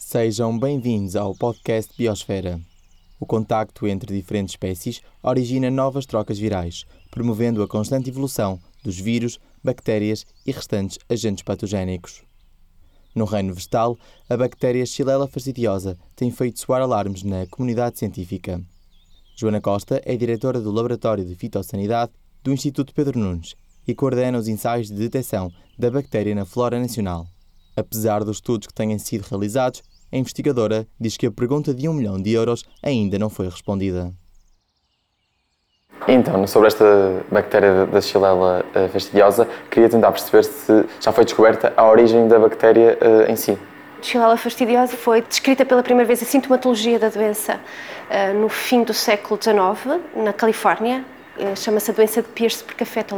Sejam bem-vindos ao podcast Biosfera. O contacto entre diferentes espécies origina novas trocas virais, promovendo a constante evolução dos vírus, bactérias e restantes agentes patogénicos. No reino vegetal, a bactéria Xylella fastidiosa tem feito soar alarmes na comunidade científica. Joana Costa é diretora do Laboratório de Fitossanidade do Instituto Pedro Nunes e coordena os ensaios de detecção da bactéria na flora nacional. Apesar dos estudos que tenham sido realizados, a investigadora diz que a pergunta de 1 milhão de euros ainda não foi respondida. Então, sobre esta bactéria da Xylella fastidiosa, queria tentar perceber se já foi descoberta a origem da bactéria em si. Xylella fastidiosa foi descrita pela primeira vez a sintomatologia da doença no fim do século XIX, na Califórnia. Chama-se a doença de Pierce porque afeta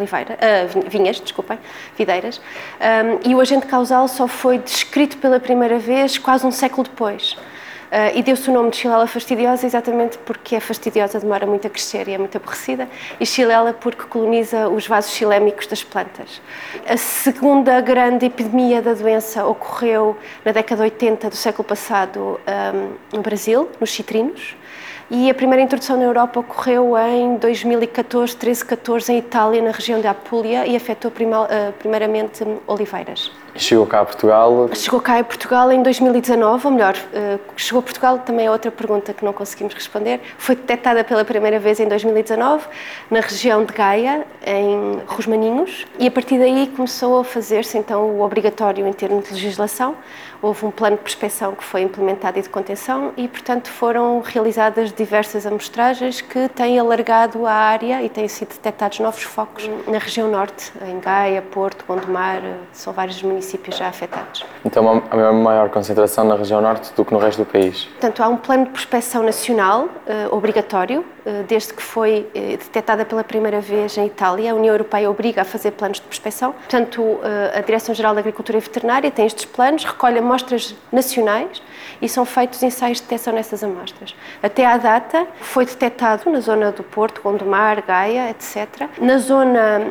videiras. E o agente causal só foi descrito pela primeira vez quase um século depois. E deu-se o nome de Xylella fastidiosa exatamente porque a fastidiosa demora muito a crescer e é muito aborrecida, e Xylella porque coloniza os vasos xilémicos das plantas. A segunda grande epidemia da doença ocorreu na década de 80 do século passado no Brasil, nos citrinos, e a primeira introdução na Europa ocorreu em 2014, 13-14, em Itália, na região de Apulia, e afetou primeiramente oliveiras. Chegou cá a Portugal? Chegou cá a Portugal em 2019, ou melhor, chegou a Portugal também é outra pergunta que não conseguimos responder. Foi detectada pela primeira vez em 2019, na região de Gaia, em Rosmaninhos, e a partir daí começou a fazer-se então o obrigatório em termos de legislação. Houve um plano de prospecção que foi implementado e de contenção e, portanto, foram realizadas diversas amostragens que têm alargado a área e têm sido detectados novos focos na região norte, em Gaia, Porto, Gondomar, são vários municípios já afetados. Então, há uma maior concentração na região norte do que no resto do país? Portanto, há um plano de prospecção nacional obrigatório, desde que foi detectada pela primeira vez em Itália. A União Europeia obriga a fazer planos de prospecção. Portanto, a Direção-Geral da Agricultura e Veterinária tem estes planos, recolhe amostras nacionais e são feitos ensaios de detecção nessas amostras. Até à data, foi detectado na zona do Porto, Gondomar, Gaia, etc., na zona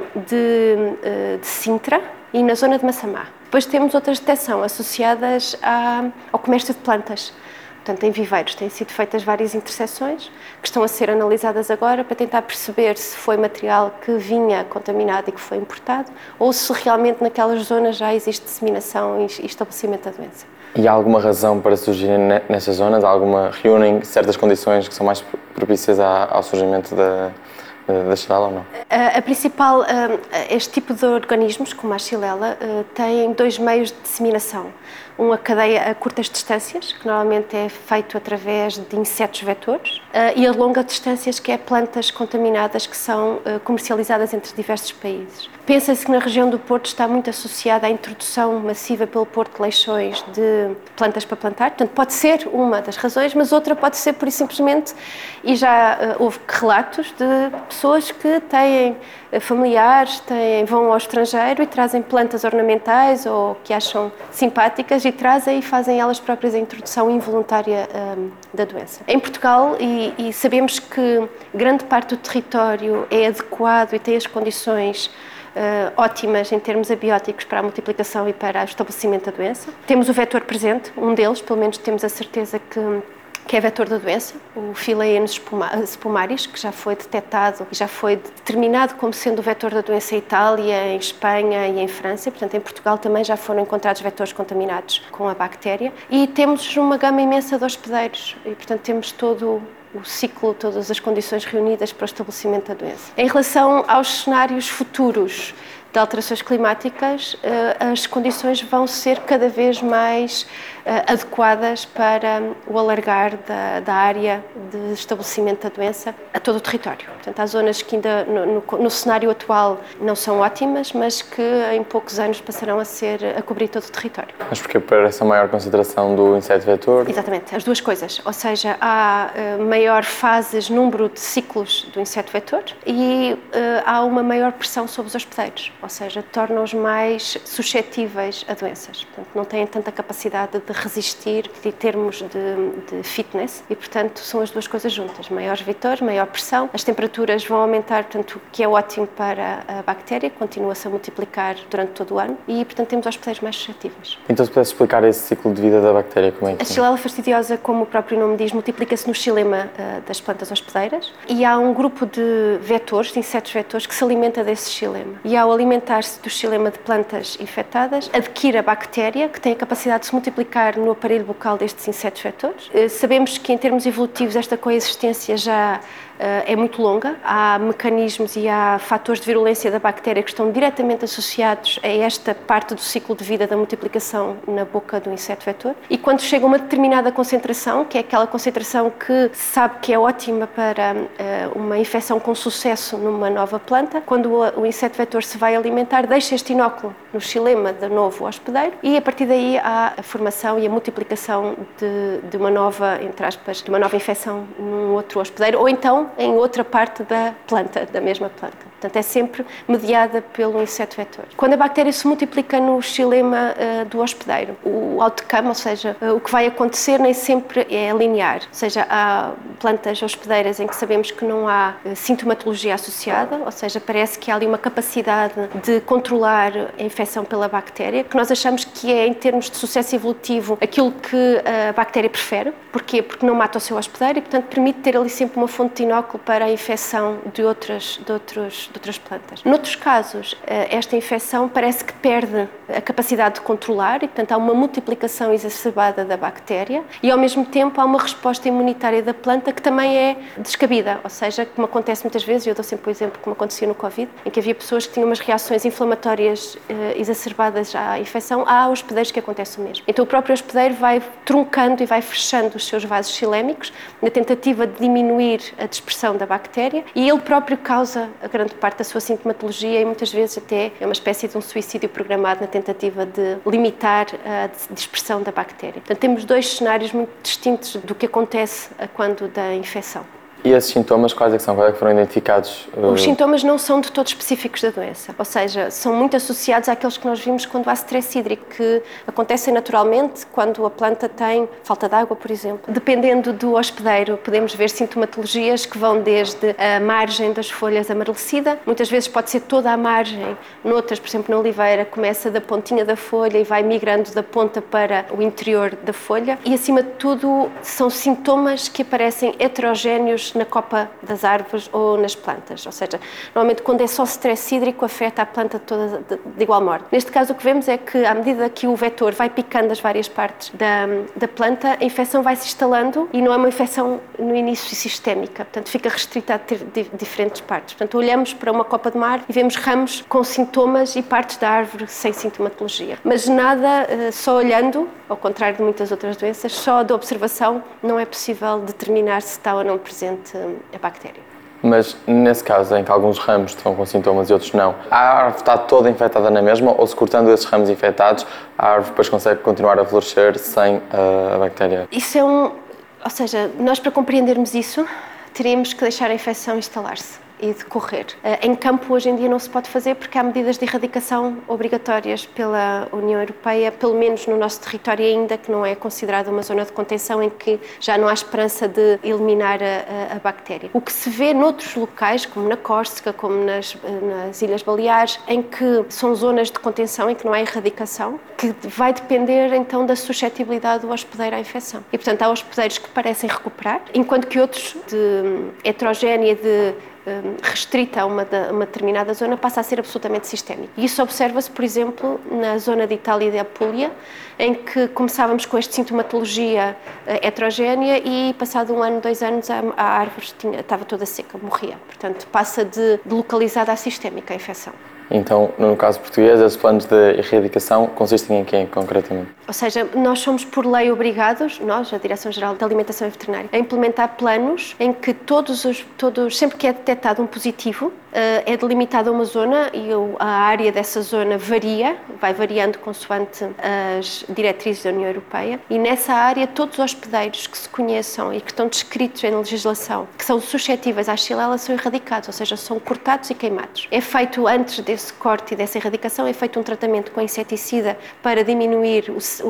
de Sintra e na zona de Massamá. Depois temos outras detecções associadas ao comércio de plantas. Portanto, em viveiros têm sido feitas várias interseções que estão a ser analisadas agora para tentar perceber se foi material que vinha contaminado e que foi importado ou se realmente naquelas zonas já existe disseminação e estabelecimento da doença. E há alguma razão para surgirem nessas zonas? Reúnem certas condições que são mais propícias ao surgimento da Xylella ou não? A principal, este tipo de organismos, como a Xylella, têm dois meios de disseminação. A cadeia a curtas distâncias, que normalmente é feito através de insetos vetores, e a longas distâncias, que é plantas contaminadas que são comercializadas entre diversos países. Pensa-se que na região do Porto está muito associada à introdução massiva pelo Porto de Leixões de plantas para plantar, portanto pode ser uma das razões, mas outra pode ser por isso simplesmente, e já houve relatos de pessoas que têm familiares, vão ao estrangeiro e trazem plantas ornamentais ou que acham simpáticas e trazem e fazem elas próprias a introdução involuntária da doença. Em Portugal, e sabemos que grande parte do território é adequado e tem as condições ótimas em termos abióticos para a multiplicação e para o estabelecimento da doença. Temos o vetor presente, um deles, pelo menos temos a certeza que é vetor da doença, o Philaeus spumaris, que já foi detectado e já foi determinado como sendo o vetor da doença em Itália, em Espanha e em França. Portanto, em Portugal também já foram encontrados vetores contaminados com a bactéria. E temos uma gama imensa de hospedeiros e, portanto, temos todo o ciclo, todas as condições reunidas para o estabelecimento da doença. Em relação aos cenários futuros de alterações climáticas, as condições vão ser cada vez mais adequadas para o alargar da área de estabelecimento da doença a todo o território. Portanto, há zonas que ainda no cenário atual não são ótimas, mas que em poucos anos passarão a cobrir todo o território. Mas porque para essa maior concentração do inseto vetor? Exatamente, as duas coisas. Ou seja, há maior número de ciclos do inseto vetor e há uma maior pressão sobre os hospedeiros. ou seja, tornam-os mais suscetíveis a doenças. Portanto, não têm tanta capacidade de resistir em termos de fitness e, portanto, são as duas coisas juntas. Maiores vetores, maior pressão, as temperaturas vão aumentar, portanto, o que é ótimo para a bactéria, continua-se a multiplicar durante todo o ano e, portanto, temos hospedeiros mais suscetíveis. Então, se pudesse explicar esse ciclo de vida da bactéria, como é que... A Xylella fastidiosa, como o próprio nome diz, multiplica-se no xilema das plantas hospedeiras e há um grupo de vetores, de insetos vetores, que se alimenta desse xilema. E ao alimentar-se do xilema de plantas infectadas, adquire a bactéria, que tem a capacidade de se multiplicar no aparelho bucal destes insetos vetores. Sabemos que, em termos evolutivos, esta coexistência já é muito longa. Há mecanismos e há fatores de virulência da bactéria que estão diretamente associados a esta parte do ciclo de vida da multiplicação na boca do inseto vetor. E quando chega a uma determinada concentração, que é aquela concentração que se sabe que é ótima para uma infecção com sucesso numa nova planta, quando o inseto vetor se vai alimentar, deixa este inóculo no xilema do novo hospedeiro e a partir daí há a formação e a multiplicação de uma nova, entre aspas, de uma nova infecção num outro hospedeiro ou então em outra parte da planta, da mesma planta. Portanto, é sempre mediada pelo inseto vetor. Quando a bactéria se multiplica no xilema do hospedeiro, o outcome, ou seja, o que vai acontecer nem sempre é linear. Ou seja, há plantas hospedeiras em que sabemos que não há sintomatologia associada, ou seja, parece que há ali uma capacidade de controlar a infecção pela bactéria, que nós achamos que é, em termos de sucesso evolutivo, aquilo que a bactéria prefere. Porquê? Porque não mata o seu hospedeiro e, portanto, permite ter ali sempre uma fonte de inóculo para a infecção de outras plantas. Noutros casos, esta infecção parece que perde a capacidade de controlar e, portanto, há uma multiplicação exacerbada da bactéria e, ao mesmo tempo, há uma resposta imunitária da planta que também é descabida, ou seja, como acontece muitas vezes, e eu dou sempre o exemplo como acontecia no Covid, em que havia pessoas que tinham umas reações inflamatórias exacerbadas à infecção, há hospedeiros que acontece o mesmo. Então, o próprio hospedeiro vai truncando e vai fechando os seus vasos xilémicos na tentativa de diminuir a dispersão da bactéria e ele próprio causa a grande parte da sua sintomatologia e muitas vezes até é uma espécie de um suicídio programado na tentativa de limitar a dispersão da bactéria. Portanto, temos dois cenários muito distintos do que acontece quando da infecção. E esses sintomas, quais é que são? Quais é que foram identificados? Os sintomas não são de todos específicos da doença, ou seja, são muito associados àqueles que nós vimos quando há stress hídrico, que acontecem naturalmente quando a planta tem falta de água, por exemplo. Dependendo do hospedeiro, podemos ver sintomatologias que vão desde a margem das folhas amarelecida, muitas vezes pode ser toda a margem, noutras, por exemplo, na oliveira, começa da pontinha da folha e vai migrando da ponta para o interior da folha e, acima de tudo, são sintomas que aparecem heterogéneos na copa das árvores ou nas plantas, ou seja, normalmente quando é só stress hídrico afeta a planta toda de igual modo. Neste caso o que vemos é que à medida que o vetor vai picando as várias partes da planta, a infecção vai se instalando e não é uma infecção no início sistémica, portanto fica restrita a ter diferentes partes. Portanto olhamos para uma copa de mar e vemos ramos com sintomas e partes da árvore sem sintomatologia, mas nada, só olhando, ao contrário de muitas outras doenças, só da observação não é possível determinar se está ou não presente a bactéria. Mas nesse caso em que alguns ramos estão com sintomas e outros não, a árvore está toda infectada na mesma ou se cortando esses ramos infectados a árvore depois consegue continuar a florescer sem a bactéria? Isso é ou seja, nós para compreendermos isso teríamos que deixar a infecção instalar-se e decorrer. Em campo, hoje em dia, não se pode fazer porque há medidas de erradicação obrigatórias pela União Europeia, pelo menos no nosso território ainda, que não é considerada uma zona de contenção em que já não há esperança de eliminar a bactéria. O que se vê noutros locais, como na Córsega, como nas Ilhas Baleares, em que são zonas de contenção, em que não há erradicação, que vai depender, então, da suscetibilidade do hospedeiro à infecção. E, portanto, há hospedeiros que parecem recuperar, enquanto que outros, de heterogénea, restrita a uma determinada zona, passa a ser absolutamente sistémico. E isso observa-se, por exemplo, na zona de Itália e de Apulia, em que começávamos com esta sintomatologia heterogénea e, passado 1 ano, 2 anos, a árvore estava toda seca, morria. Portanto, passa de localizada a sistémica a infecção. Então, no caso português, esses planos de erradicação consistem em quê, concretamente? Ou seja, nós somos por lei obrigados, nós, a Direção-Geral de Alimentação e Veterinária, a implementar planos em que sempre que é detectado um positivo, é delimitada uma zona e a área dessa zona vai variando consoante as diretrizes da União Europeia e nessa área todos os hospedeiros que se conheçam e que estão descritos em legislação, que são suscetíveis à Xylella, são erradicados, ou seja, são cortados e queimados. É feito antes desse corte e dessa erradicação é feito um tratamento com inseticida para diminuir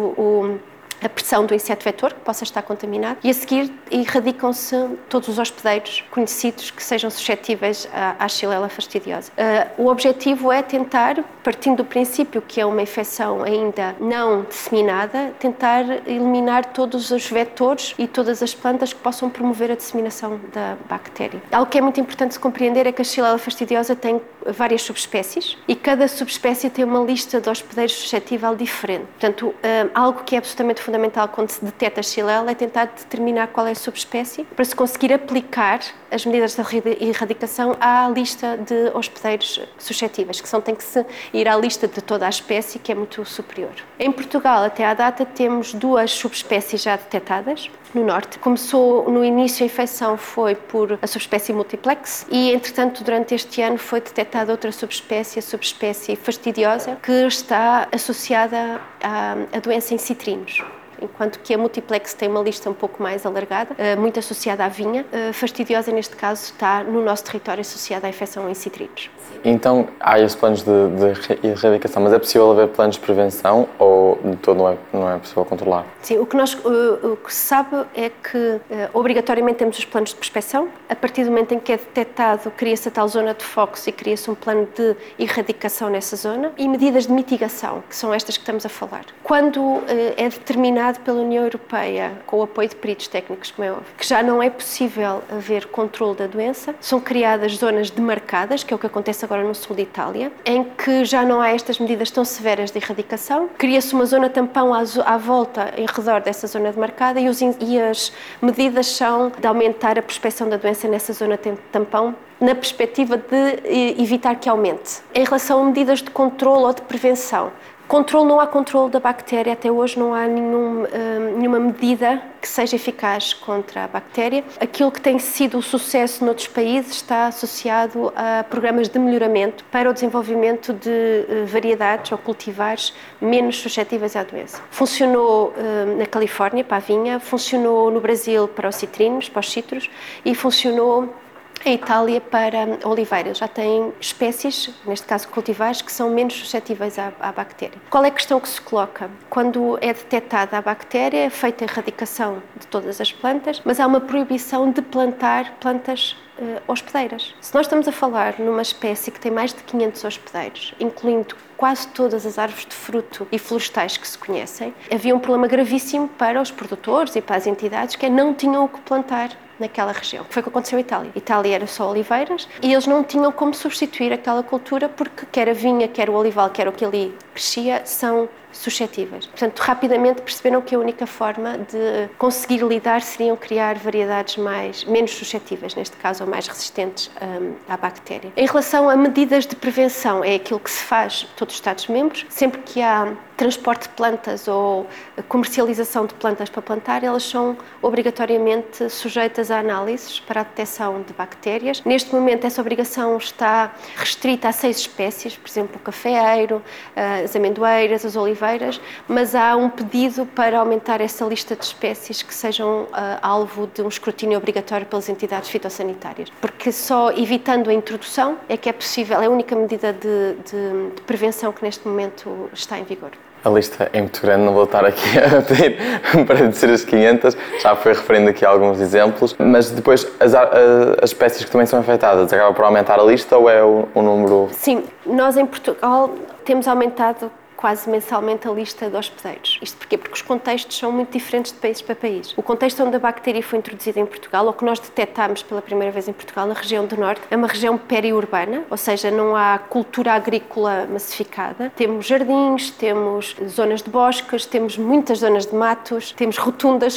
a pressão do inseto vetor que possa estar contaminado e a seguir erradicam-se todos os hospedeiros conhecidos que sejam suscetíveis à Xylella fastidiosa. O objetivo é tentar, partindo do princípio que é uma infecção ainda não disseminada, tentar eliminar todos os vetores e todas as plantas que possam promover a disseminação da bactéria. Algo que é muito importante de compreender é que a Xylella fastidiosa tem várias subespécies e cada subespécie tem uma lista de hospedeiros suscetível diferente. Portanto, algo que é absolutamente fundamental quando se detecta a Xylella é tentar determinar qual é a subespécie para se conseguir aplicar as medidas de erradicação à lista de hospedeiros suscetíveis, que tem que se ir à lista de toda a espécie, que é muito superior. Em Portugal, até à data, temos 2 subespécies já detectadas no norte. Começou no início a infecção foi por a subespécie multiplex e, entretanto, durante este ano foi detectada outra subespécie, a subespécie fastidiosa, que está associada à doença em citrinos. Enquanto que a multiplex tem uma lista um pouco mais alargada, muito associada à vinha, a fastidiosa, neste caso, está no nosso território associada à infecção em citrinos. Então, há esses planos de erradicação, mas é possível haver planos de prevenção ou de todo não é possível controlar? Sim, o que se sabe é que obrigatoriamente temos os planos de prospeção. A partir do momento em que é detectado, cria-se a tal zona de foco e cria-se um plano de erradicação nessa zona e medidas de mitigação, que são estas que estamos a falar. Quando é determinado pela União Europeia, com o apoio de peritos técnicos, como é óbvio, que já não é possível haver controle da doença, são criadas zonas demarcadas, que é o que acontece agora no sul de Itália, em que já não há estas medidas tão severas de erradicação, cria-se uma zona tampão à volta, em redor dessa zona demarcada, e as medidas são de aumentar a prospecção da doença nessa zona tampão, na perspectiva de evitar que aumente. Em relação a medidas de controle ou de prevenção, não há controle da bactéria, até hoje não há nenhuma medida que seja eficaz contra a bactéria. Aquilo que tem sido o sucesso noutros países está associado a programas de melhoramento para o desenvolvimento de variedades ou cultivares menos suscetíveis à doença. Funcionou na Califórnia para a vinha, funcionou no Brasil para os citrinos, para os citros e funcionou em Itália para oliveiras. Já tem espécies, neste caso cultivares, que são menos suscetíveis à bactéria. Qual é a questão que se coloca? Quando é detectada a bactéria, é feita a erradicação de todas as plantas, mas há uma proibição de plantar plantas hospedeiras. Se nós estamos a falar numa espécie que tem mais de 500 hospedeiros, incluindo quase todas as árvores de fruto e florestais que se conhecem, havia um problema gravíssimo para os produtores e para as entidades que não tinham o que plantar naquela região. Foi o que aconteceu em Itália. Itália era só oliveiras e eles não tinham como substituir aquela cultura porque quer a vinha, quer o olival, quer o que ali crescia, são suscetíveis. Portanto, rapidamente perceberam que a única forma de conseguir lidar seriam criar variedades menos suscetíveis, neste caso, ou mais resistentes à bactéria. Em relação a medidas de prevenção, é aquilo que se faz em todos os Estados-membros. Sempre que há transporte de plantas ou comercialização de plantas para plantar, elas são obrigatoriamente sujeitas a análises para a detecção de bactérias. Neste momento, essa obrigação está restrita a 6 espécies, por exemplo, o cafeeiro, as amendoeiras, as oliveiras, mas há um pedido para aumentar essa lista de espécies que sejam alvo de um escrutínio obrigatório pelas entidades fitossanitárias, porque só evitando a introdução é que é possível, é a única medida de prevenção que neste momento está em vigor. A lista é muito grande, não vou estar aqui a pedir para dizer as 500, já foi referindo aqui alguns exemplos, mas depois as espécies que também são afetadas, acaba por aumentar a lista ou é o número? Sim, nós em Portugal temos aumentado quase mensalmente a lista de hospedeiros. Isto porquê? Porque os contextos são muito diferentes de país para país. O contexto onde a bactéria foi introduzida em Portugal, ou que nós detectámos pela primeira vez em Portugal, na região do Norte, é uma região periurbana, ou seja, não há cultura agrícola massificada. Temos jardins, temos zonas de bosques, temos muitas zonas de matos, temos rotundas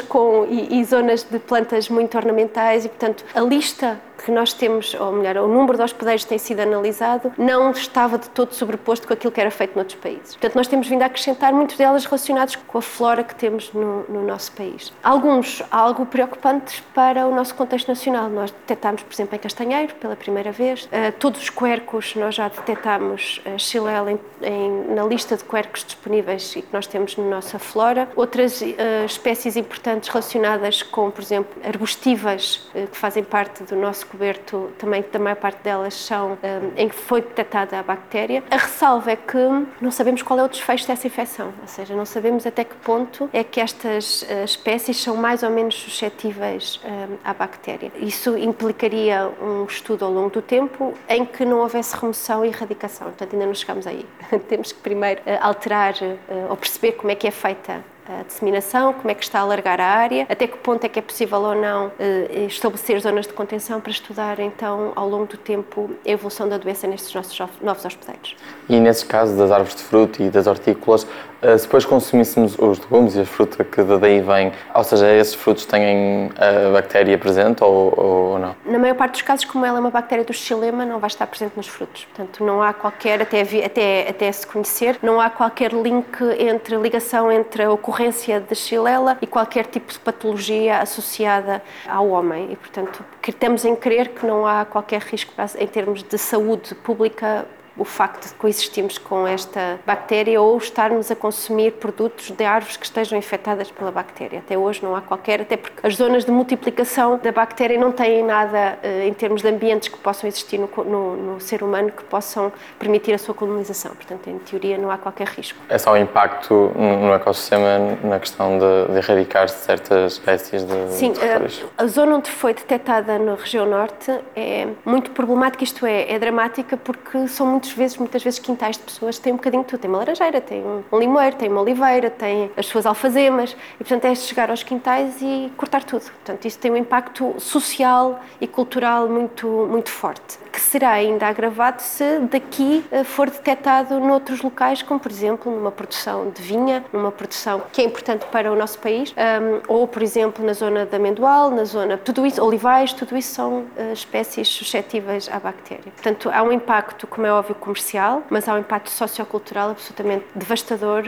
e zonas de plantas muito ornamentais e, portanto, a lista que nós temos, ou melhor, o número de hospedeiros que tem sido analisado, não estava de todo sobreposto com aquilo que era feito noutros países. Portanto, nós temos vindo a acrescentar muitos delas relacionados com a flora que temos no nosso país. Alguns algo preocupantes para o nosso contexto nacional. Nós detectámos, por exemplo, em Castanheiro, pela primeira vez. Todos os quercos, nós já detectámos Xylella na lista de quercos disponíveis e que nós temos na nossa flora. Outras espécies importantes relacionadas com, por exemplo, arbustivas, que fazem parte do nosso descoberto também que a maior parte delas são em que foi detectada a bactéria. A ressalva é que não sabemos qual é o desfecho dessa infecção, ou seja, não sabemos até que ponto é que estas espécies são mais ou menos suscetíveis à bactéria. Isso implicaria um estudo ao longo do tempo em que não houvesse remoção e erradicação, portanto ainda não chegamos aí. Temos que primeiro alterar ou perceber como é que é feita a disseminação, como é que está a alargar a área, até que ponto é que é possível ou não estabelecer zonas de contenção para estudar, então, ao longo do tempo, a evolução da doença nestes nossos novos hospedeiros. E nesses casos das árvores de fruto e das hortícolas, se depois consumíssemos os legumes e a fruta que daí vem, ou seja, esses frutos têm a bactéria presente ou não? Na maior parte dos casos, como ela é uma bactéria do xilema, não vai estar presente nos frutos. Portanto, não há qualquer, até se conhecer, não há qualquer ligação entre a ocorrência de Xylella e qualquer tipo de patologia associada ao homem. E, portanto, temos em crer que não há qualquer risco em termos de saúde pública o facto de coexistirmos com esta bactéria ou estarmos a consumir produtos de árvores que estejam infectadas pela bactéria. Até hoje não há qualquer, até porque as zonas de multiplicação da bactéria não têm nada em termos de ambientes que possam existir no ser humano que possam permitir a sua colonização. Portanto, em teoria, não há qualquer risco. É só um impacto no ecossistema na questão de erradicar certas espécies de Sim, a zona onde foi detectada na região norte é muito problemática, isto é dramática porque são muitas vezes quintais de pessoas que têm um bocadinho de tudo. Tem uma laranjeira, tem um limoeiro, tem uma oliveira, tem as suas alfazemas e, portanto, é chegar aos quintais e cortar tudo. Portanto, isso tem um impacto social e cultural muito forte, que será ainda agravado se daqui for detectado noutros locais, como, por exemplo, numa produção de vinha, numa produção que é importante para o nosso país, ou, por exemplo, na zona de amendoal, tudo isso, olivais, tudo isso são espécies suscetíveis à bactéria. Portanto, há um impacto, como é óbvio, comercial, mas há um impacto sociocultural absolutamente devastador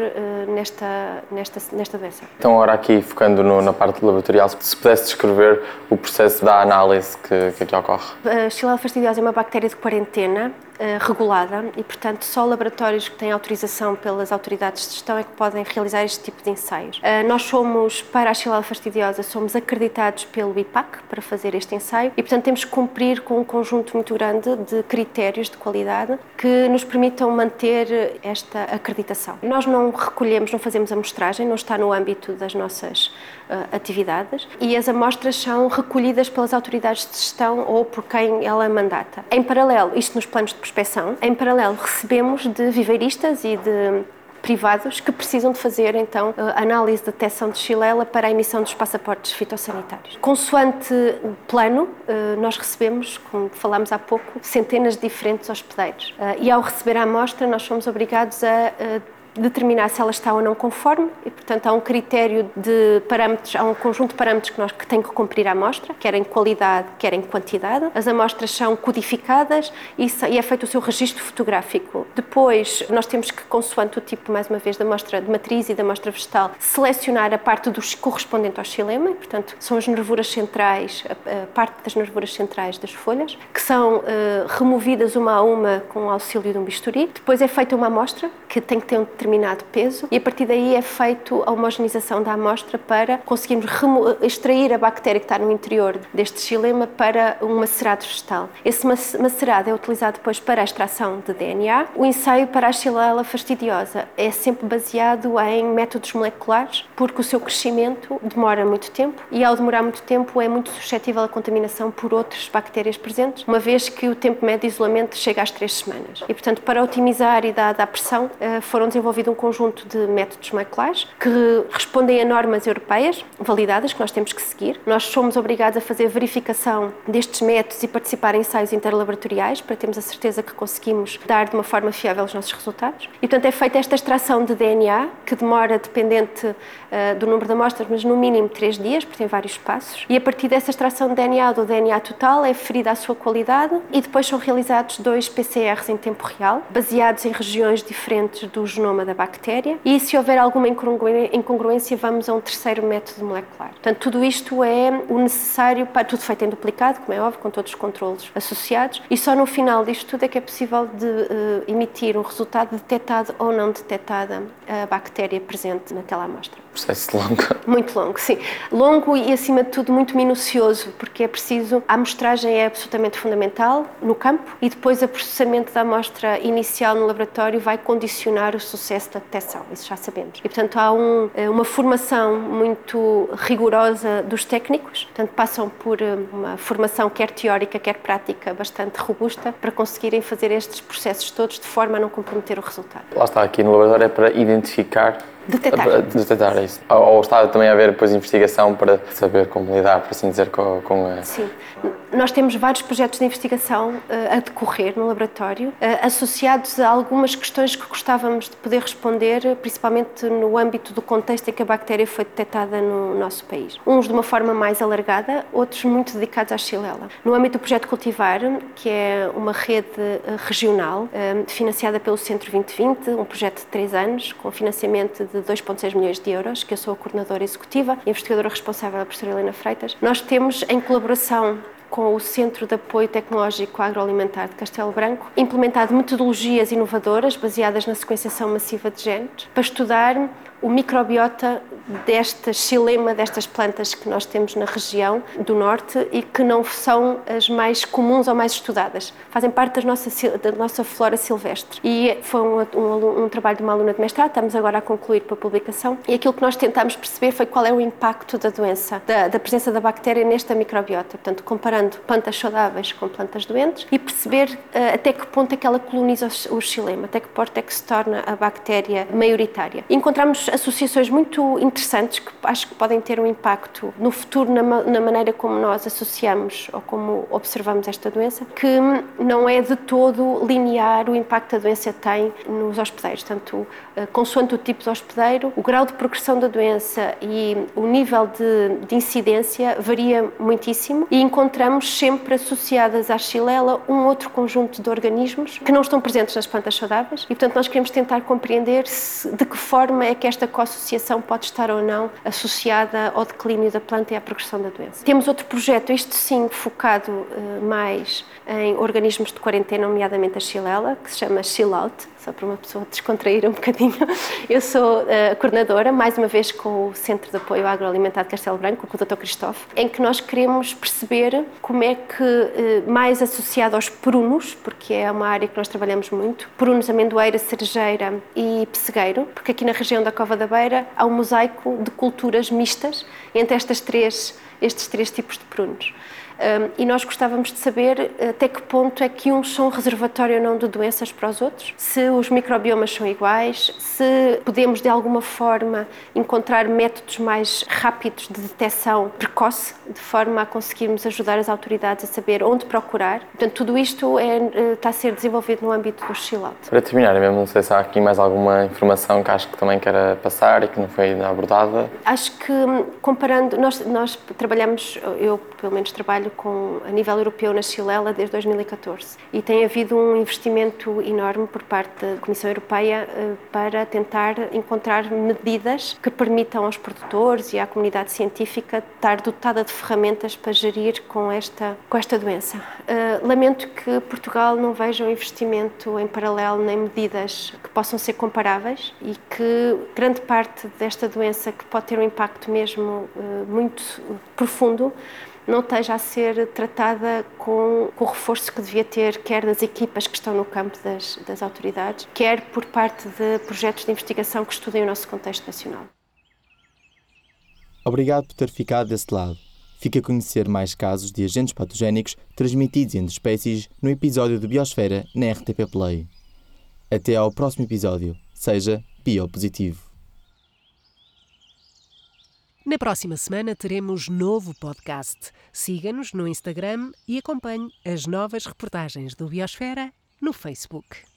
nesta doença. Então, agora aqui, focando na parte laboratorial, se pudesse descrever o processo da análise que aqui ocorre. A Xylella fastidiosa é uma bactéria de quarentena regulada e, portanto, só laboratórios que têm autorização pelas autoridades de gestão é que podem realizar este tipo de ensaios. Nós para a Xylella fastidiosa, somos acreditados pelo IPAC para fazer este ensaio e, portanto, temos que cumprir com um conjunto muito grande de critérios de qualidade que nos permitam manter esta acreditação. Nós não fazemos amostragem, não está no âmbito das nossas atividades e as amostras são recolhidas pelas autoridades de gestão ou por quem ela mandata. Em paralelo, isto nos planos de prospecção, em paralelo recebemos de viveiristas e de privados que precisam de fazer, então, análise de detecção de Xylella para a emissão dos passaportes fitossanitários. Consoante plano, nós recebemos, como falámos há pouco, centenas de diferentes hospedeiros. E ao receber a amostra, nós somos obrigados a determinar se ela está ou não conforme e, portanto, há um critério de parâmetros, há um conjunto de parâmetros que tem que cumprir a amostra, quer em qualidade, quer em quantidade. As amostras são codificadas e é feito o seu registro fotográfico. Depois, nós temos que, consoante o tipo, mais uma vez, da amostra de matriz e da amostra vegetal, selecionar a parte correspondente ao xilema, e, portanto, são as nervuras centrais, a parte das nervuras centrais das folhas, que são removidas uma a uma com o auxílio de um bisturi. Depois é feita uma amostra, que tem que ter um determinado peso e a partir daí é feito a homogeneização da amostra para conseguirmos extrair a bactéria que está no interior deste xilema para um macerado vegetal. Esse macerado é utilizado depois para a extração de DNA. O ensaio para a Xylella fastidiosa é sempre baseado em métodos moleculares porque o seu crescimento demora muito tempo e ao demorar muito tempo é muito suscetível à contaminação por outras bactérias presentes, uma vez que o tempo médio de isolamento chega às 3 semanas. E, portanto, para otimizar e dada a pressão, foram desenvolvidos um conjunto de métodos moleculares que respondem a normas europeias validadas que nós temos que seguir. Nós somos obrigados a fazer verificação destes métodos e participar em ensaios interlaboratoriais para termos a certeza que conseguimos dar de uma forma fiável os nossos resultados. E, portanto, é feita esta extração de DNA que demora, dependente do número de amostras, mas no mínimo 3 dias, porque tem vários passos. E a partir dessa extração de DNA, do DNA total, é aferida a sua qualidade e depois são realizados 2 PCRs em tempo real, baseados em regiões diferentes do genoma xilema da bactéria e, se houver alguma incongruência, vamos a um terceiro método molecular. Portanto, tudo isto é o necessário para tudo feito em duplicado, como é óbvio, com todos os controlos associados, e só no final disto tudo é que é possível de emitir um resultado detectado ou não detectada a bactéria presente naquela amostra. Processo longo. Muito longo, sim. Longo e, acima de tudo, muito minucioso, porque é preciso... A amostragem é absolutamente fundamental no campo e depois o processamento da amostra inicial no laboratório vai condicionar o sucesso da detecção, isso já sabemos. E, portanto, há uma formação muito rigorosa dos técnicos, portanto, passam por uma formação quer teórica, quer prática, bastante robusta, para conseguirem fazer estes processos todos de forma a não comprometer o resultado. Lá está, aqui no laboratório é para identificar... Detectar é isso. Ou está também a haver depois investigação para saber como lidar, por assim dizer, com a... Sim. Nós temos vários projetos de investigação a decorrer no laboratório, associados a algumas questões que gostávamos de poder responder, principalmente no âmbito do contexto em que a bactéria foi detectada no nosso país. Uns de uma forma mais alargada, outros muito dedicados à Xylella. No âmbito do projeto Cultivar, que é uma rede regional, financiada pelo Centro 2020, um projeto de 3 anos, com financiamento de 2,6 milhões de euros, que eu sou a coordenadora executiva e investigadora responsável, a professora Helena Freitas. Nós temos, em colaboração com o Centro de Apoio Tecnológico Agroalimentar de Castelo Branco, implementado metodologias inovadoras baseadas na sequenciação massiva de genes para estudar o microbiota desta xilema, destas plantas que nós temos na região do Norte e que não são as mais comuns ou mais estudadas. Fazem parte da nossa flora silvestre. E foi um trabalho de uma aluna de mestrado, estamos agora a concluir para a publicação, e aquilo que nós tentámos perceber foi qual é o impacto da doença, da presença da bactéria nesta microbiota. Portanto, comparando plantas saudáveis com plantas doentes e perceber até que ponto é que ela coloniza o xilema, até que ponto é que se torna a bactéria maioritária. Encontramos associações muito interessantes que acho que podem ter um impacto no futuro na maneira como nós associamos ou como observamos esta doença, que não é de todo linear o impacto que a doença tem nos hospedeiros. Tanto, consoante o tipo de hospedeiro, o grau de progressão da doença e o nível de incidência varia muitíssimo e encontramos sempre associadas à Xylella um outro conjunto de organismos que não estão presentes nas plantas saudáveis e, portanto, nós queremos tentar compreender de que forma é que esta co-associação pode estar ou não associada ao declínio da planta e à progressão da doença. Temos outro projeto, este sim focado mais em organismos de quarentena, nomeadamente a Xylella, que se chama Chill Out, só para uma pessoa descontrair um bocadinho. Eu sou coordenadora, mais uma vez com o Centro de Apoio Agroalimentar de Castelo Branco, com o Dr. Cristóvão, em que nós queremos perceber como é que, mais associado aos prunos, porque é uma área que nós trabalhamos muito, prunos, amendoeira, cerejeira e pessegueiro, porque aqui na região da Cova da Beira há um mosaico de culturas mistas entre estes três tipos de prunos. E nós gostávamos de saber até que ponto é que uns são reservatório ou não de doenças para os outros, se os microbiomas são iguais, se podemos de alguma forma encontrar métodos mais rápidos de detecção precoce, de forma a conseguirmos ajudar as autoridades a saber onde procurar. Portanto, tudo isto está a ser desenvolvido no âmbito do Chill Out. Para terminar, mesmo não sei se há aqui mais alguma informação que acho que também queira passar e que não foi ainda abordada. Acho que, comparando, nós trabalhamos, eu pelo menos trabalho a nível europeu na Xylella desde 2014 e tem havido um investimento enorme por parte da Comissão Europeia para tentar encontrar medidas que permitam aos produtores e à comunidade científica estar dotada de ferramentas para gerir com esta doença. Lamento que Portugal não veja um investimento em paralelo nem medidas que possam ser comparáveis e que grande parte desta doença, que pode ter um impacto mesmo muito profundo, não esteja a ser tratada com o reforço que devia ter, quer das equipas que estão no campo das autoridades, quer por parte de projetos de investigação que estudem o nosso contexto nacional. Obrigado por ter ficado desse lado. Fique a conhecer mais casos de agentes patogénicos transmitidos entre espécies no episódio de Biosfera na RTP Play. Até ao próximo episódio. Seja biopositivo. Na próxima semana teremos novo podcast. Siga-nos no Instagram e acompanhe as novas reportagens do Biosfera no Facebook.